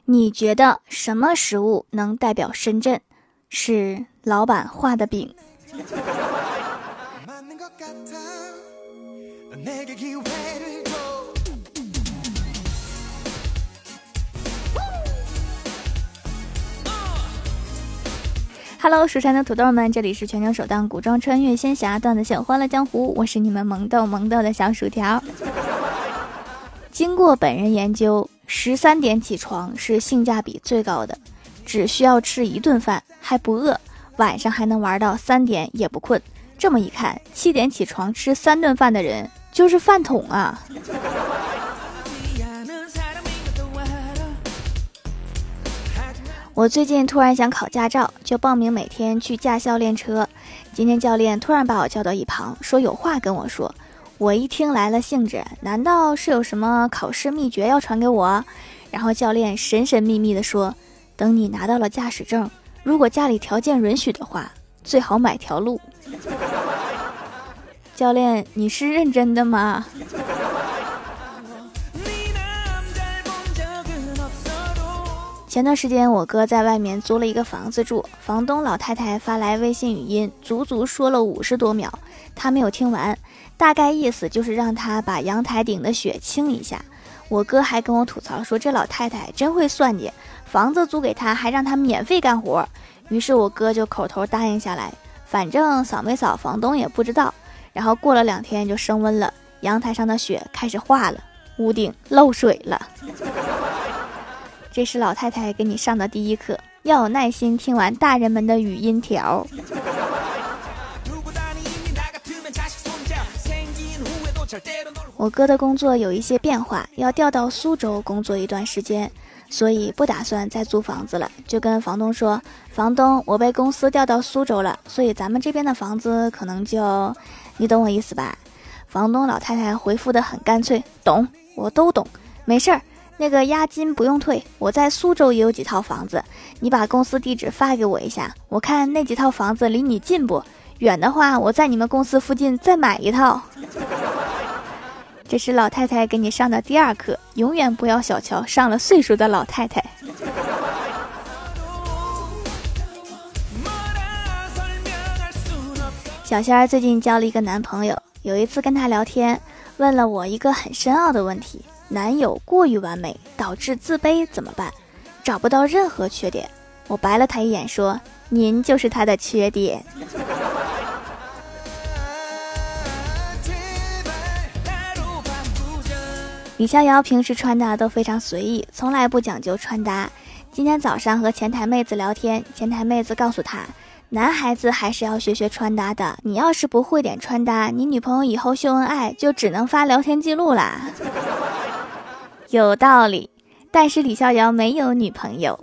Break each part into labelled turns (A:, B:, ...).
A: 你觉得什么食物能代表深圳？是老板画的饼。Hello， 蜀山的土豆们，这里是全球首档古装穿越仙侠段子秀《欢乐江湖》，我是你们萌豆的小薯条。经过本人研究，13点起床是性价比最高的，只需要吃一顿饭还不饿，晚上还能玩到3点也不困。这么一看，7点起床吃3顿饭的人就是饭桶啊！我最近突然想考驾照，就报名每天去驾校练车。今天教练突然把我叫到一旁，说有话跟我说。我一听来了兴致，难道是有什么考试秘诀要传给我？然后教练神神秘秘地说，等你拿到了驾驶证，如果家里条件允许的话，最好买条路。教练，你是认真的吗？前段时间我哥在外面租了一个房子住，房东老太太发来微信语音，足足说了50多秒，他没有听完，大概意思就是让他把阳台顶的雪清一下。我哥还跟我吐槽说，这老太太真会算计，房子租给他还让他免费干活。于是我哥就口头答应下来，反正扫没扫房东也不知道。然后过了2天就升温了，阳台上的雪开始化了，屋顶漏水了。这是老太太给你上的第一课，要有耐心听完大人们的语音条。我哥的工作有一些变化，要调到苏州工作一段时间，所以不打算再租房子了，就跟房东说，房东，我被公司调到苏州了，所以咱们这边的房子可能就，你懂我意思吧？房东老太太回复得很干脆，懂，我都懂，没事儿，那个押金不用退，我在苏州也有几套房子，你把公司地址发给我一下，我看那几套房子离你近不？远的话，我在你们公司附近再买一套。这是老太太给你上的第2课，永远不要小瞧上了岁数的老太太。小仙儿最近交了一个男朋友，有一次跟他聊天，问了我一个很深奥的问题，男友过于完美导致自卑怎么办？找不到任何缺点。我白了他一眼说，您就是他的缺点。李逍遥平时穿搭都非常随意，从来不讲究穿搭。今天早上和前台妹子聊天，前台妹子告诉他，男孩子还是要学学穿搭的，你要是不会点穿搭，你女朋友以后秀恩爱就只能发聊天记录啦。有道理，但是李逍遥没有女朋友。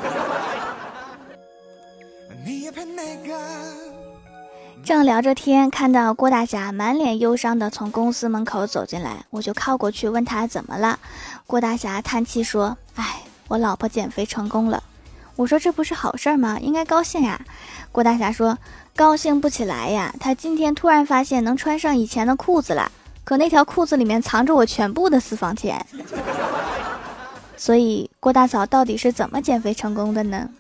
A: 正聊着天，看到郭大侠满脸忧伤地从公司门口走进来，我就靠过去问他怎么了。郭大侠叹气说，哎，我老婆减肥成功了。我说这不是好事吗？应该高兴呀。郭大侠说，高兴不起来呀，他今天突然发现能穿上以前的裤子了，可那条裤子里面藏着我全部的私房钱。所以郭大嫂到底是怎么减肥成功的呢？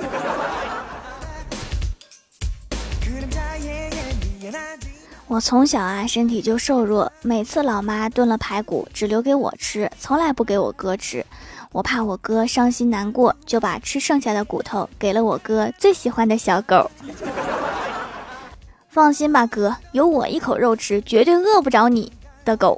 A: 我从小啊身体就瘦弱，每次老妈炖了排骨只留给我吃，从来不给我哥吃。我怕我哥伤心难过，就把吃剩下的骨头给了我哥最喜欢的小狗。放心吧哥，有我一口肉吃，绝对饿不着你的狗。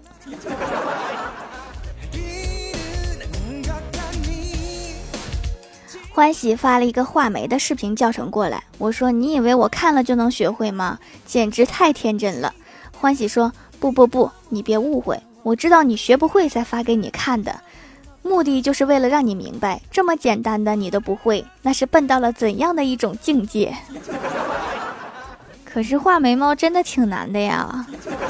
A: 欢喜发了一个画眉的视频教程过来，我说你以为我看了就能学会吗？简直太天真了。欢喜说，不，你别误会，我知道你学不会才发给你看的，目的就是为了让你明白，这么简单的你都不会，那是笨到了怎样的一种境界。可是画眉毛真的挺难的呀。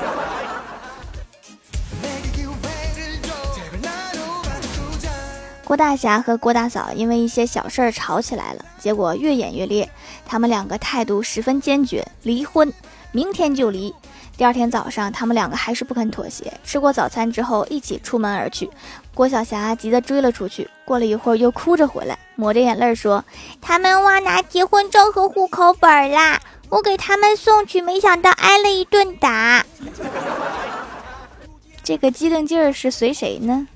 A: 郭大侠和郭大嫂因为一些小事儿吵起来了，结果越演越烈，他们两个态度十分坚决，离婚，明天就离。 第二天早上，他们两个还是不肯妥协。吃过早餐之后，一起出门而去。郭晓霞急得追了出去，过了一会儿又哭着回来，抹着眼泪说：“他们忘拿结婚证和户口本啦，我给他们送去，没想到挨了一顿打。”这个机灵劲儿是随谁呢？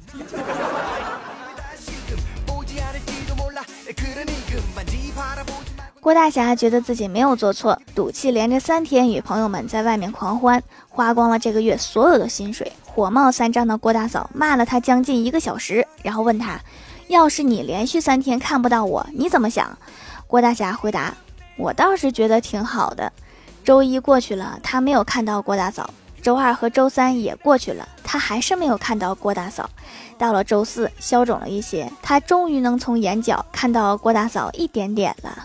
A: 郭大侠觉得自己没有做错，赌气连着3天与朋友们在外面狂欢，花光了这个月所有的薪水。火冒三丈的郭大嫂骂了他将近1个小时，然后问他：“要是你连续3天看不到我，你怎么想？”郭大侠回答：“我倒是觉得挺好的。”周一过去了，他没有看到郭大嫂。周二和周三也过去了，他还是没有看到郭大嫂。到了周四，消肿了一些，他终于能从眼角看到郭大嫂一点点了。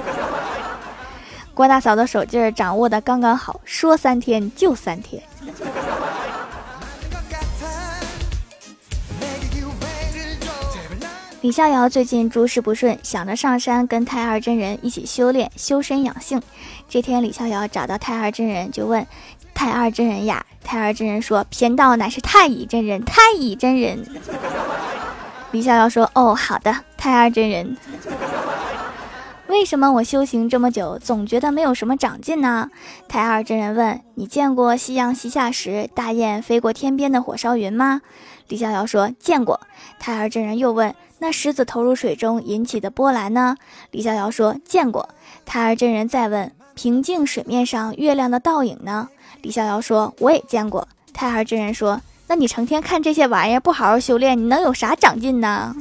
A: 郭大嫂的手劲儿掌握的刚刚好，说3天就3天。李逍遥最近诸事不顺，想着上山跟太二真人一起修炼修身养性。这天李逍遥找到太二真人，就问太二真人呀，太二真人说：“贫道乃是太乙真人，太乙真人。”李逍遥说：“哦，好的，太二真人。”为什么我修行这么久，总觉得没有什么长进呢？太二真人问：“你见过夕阳西下时大雁飞过天边的火烧云吗？”李逍遥说：“见过。”太二真人又问：“那狮子投入水中引起的波澜呢？”李逍遥说：“见过。”太二真人再问：“平静水面上月亮的倒影呢？”李逍遥说：“我也见过。”太二真人说：“那你成天看这些玩意儿，不好好修炼，你能有啥长进呢？”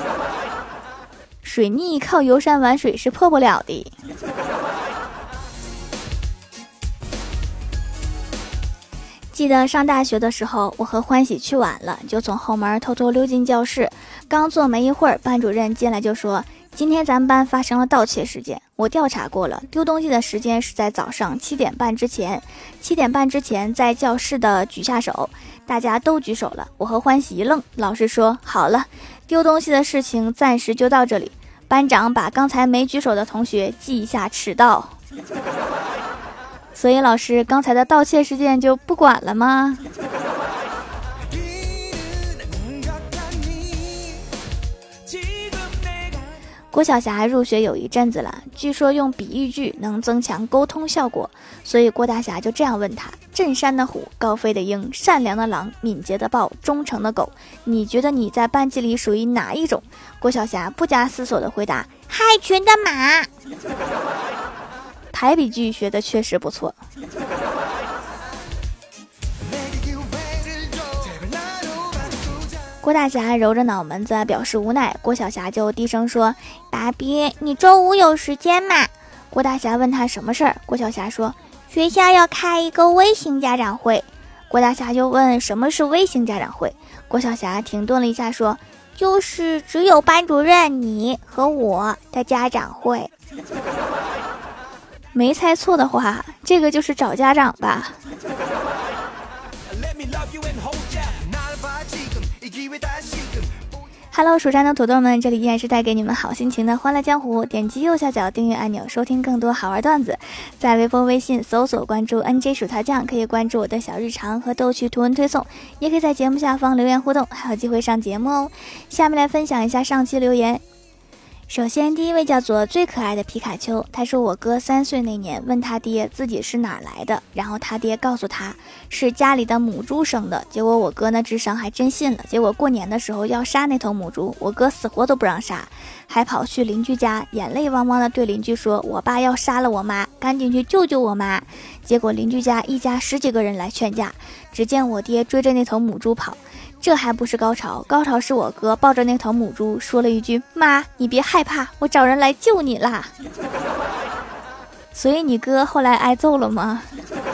A: 水逆靠游山玩水是破不了的。记得上大学的时候，我和欢喜去晚了，就从后门偷偷溜进教室。刚坐没一会儿，班主任进来就说：“今天咱们班发生了盗窃事件，我调查过了，丢东西的时间是在早上7点半之前，7点半之前在教室的举下手。”大家都举手了，我和欢喜一愣。老师说：“好了，丢东西的事情暂时就到这里。班长把刚才没举手的同学记一下迟到。”所以老师刚才的盗窃事件就不管了吗？郭晓霞入学有一阵子了，据说用比喻句能增强沟通效果，所以郭大侠就这样问他：镇山的虎，高飞的鹰，善良的狼，敏捷的豹，忠诚的狗，你觉得你在班级里属于哪一种？郭晓霞不加思索的回答：害群的马。排比句学的确实不错。郭大侠揉着脑门子表示无奈，郭晓霞就低声说：“爸比，你周5有时间吗？”郭大侠问他什么事儿，郭晓霞说：“学校要开一个微型家长会。”郭大侠又问什么是微型家长会，郭晓霞停顿了一下说：“就是只有班主任你和我的家长会。”没猜错的话，这个就是找家长吧。Hello， 蜀山的土豆们，这里依然是带给你们好心情的欢乐江湖。点击右下角订阅按钮，收听更多好玩段子。在微博、微信搜索关注 NJ 薯条酱，可以关注我的小日常和逗趣图文推送，也可以在节目下方留言互动，还有机会上节目哦。下面来分享一下上期留言。首先第一位叫做最可爱的皮卡丘，他说我哥3岁那年问他爹自己是哪来的，然后他爹告诉他是家里的母猪生的，结果我哥那智商还真信了，结果过年的时候要杀那头母猪，我哥死活都不让杀，还跑去邻居家眼泪汪汪的对邻居说我爸要杀了我妈，赶紧去救救我妈。结果邻居家一家10几个人来劝架，只见我爹追着那头母猪跑。这还不是高潮，高潮是我哥抱着那头母猪说了一句：“妈，你别害怕，我找人来救你啦。”所以你哥后来挨揍了吗？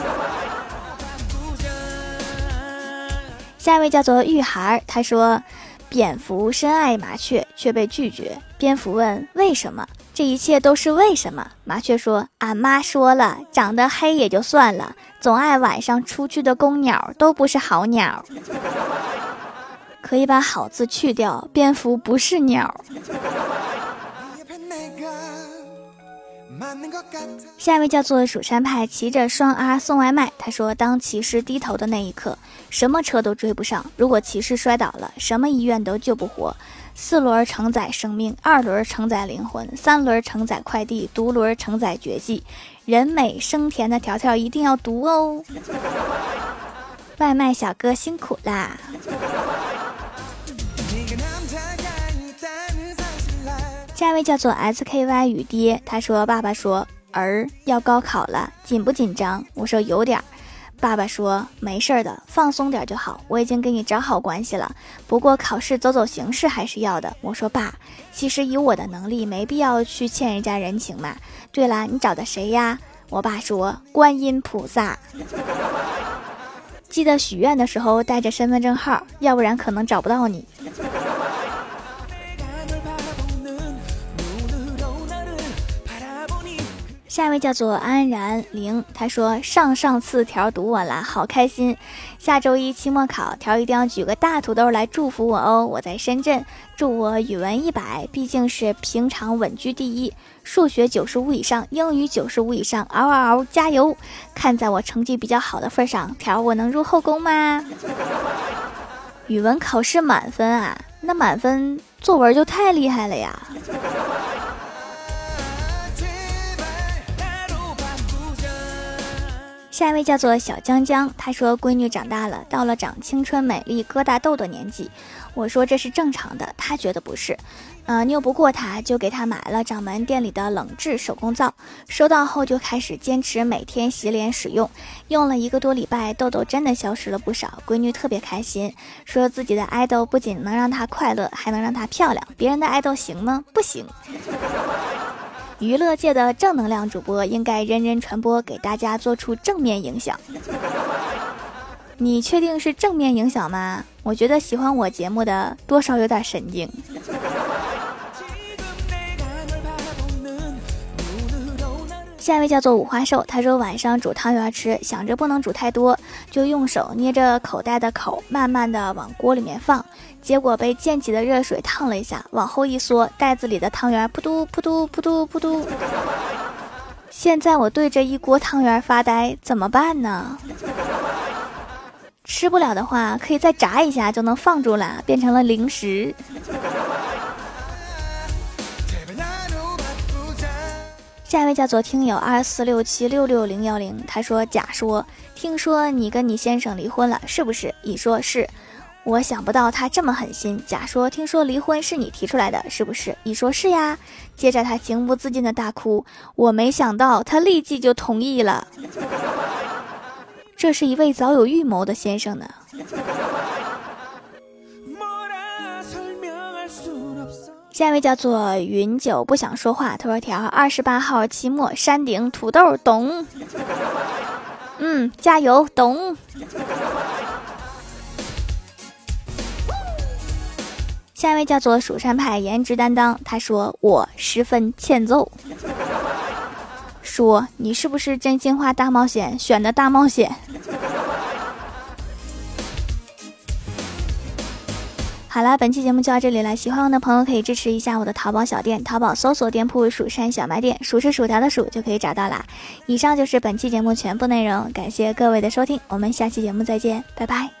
A: 下一位叫做玉孩，他说蝙蝠深爱麻雀却被拒绝，蝙蝠问为什么，这一切都是为什么？麻雀说俺妈说了，长得黑也就算了，总爱晚上出去的公鸟都不是好鸟。可以把好字去掉，蝙蝠不是鸟。 下一位叫做蜀山派，骑着双 R 送外卖。他说，当骑士低头的那一刻，什么车都追不上。如果骑士摔倒了，什么医院都救不活。4轮承载生命，2轮承载灵魂，3轮承载快递，独轮承载绝技。人美声甜的条条一定要读哦。外卖小哥辛苦啦。下一位叫做 SKY 雨爹，他说，爸爸说儿要高考了，紧不紧张？我说有点。爸爸说没事的，放松点就好，我已经给你找好关系了，不过考试走走形式还是要的。我说爸，其实以我的能力没必要去欠人家人情嘛。对了，你找的谁呀？我爸说观音菩萨。记得许愿的时候带着身份证号，要不然可能找不到你。下一位叫做安然玲，他说上次条读完了，好开心。下周一期末考，条一定要举个大土豆来祝福我哦。我在深圳，祝我语文100，毕竟是平常稳居第一，数学95以上，英语95以上，嗷嗷嗷，加油！看在我成绩比较好的份上，条我能入后宫吗？语文考试满分啊，那满分作文就太厉害了呀。下一位叫做小江江，他说闺女长大了，到了长青春美丽疙瘩痘的年纪。我说这是正常的，他觉得不是。拗不过他，就给他买了掌门店里的冷制手工皂，收到后就开始坚持每天洗脸使用，用了1个多礼拜，痘痘真的消失了不少。闺女特别开心，说自己的爱豆不仅能让她快乐，还能让她漂亮。别人的爱豆行吗？不行。娱乐界的正能量主播应该人人传播，给大家做出正面影响。你确定是正面影响吗？我觉得喜欢我节目的多少有点神经。下一位叫做五花兽，他说晚上煮汤圆吃，想着不能煮太多，就用手捏着口袋的口，慢慢的往锅里面放，结果被溅起的热水烫了一下，往后一缩，袋子里的汤圆扑嘟扑嘟扑嘟扑嘟。现在我对着一锅汤圆发呆，怎么办呢？吃不了的话，可以再炸一下就能放住了，变成了零食。下一位叫做听友2467666010，他说甲说，听说你跟你先生离婚了，是不是？乙说是。我想不到他这么狠心。甲说，听说离婚是你提出来的，是不是？乙说是呀。接着他情不自禁的大哭，我没想到他立即就同意了。这是一位早有预谋的先生呢。下一位叫做云九不想说话，他说条28号期末山顶土豆懂。加油懂。下一位叫做蜀山派颜值担当，他说我10分欠揍。说你是不是真心话大冒险选的大冒险？好了，本期节目就到这里了，喜欢我的朋友可以支持一下我的淘宝小店，淘宝搜索店铺蜀山小卖店，蜀是薯条的蜀就可以找到啦。以上就是本期节目全部内容，感谢各位的收听，我们下期节目再见，拜拜。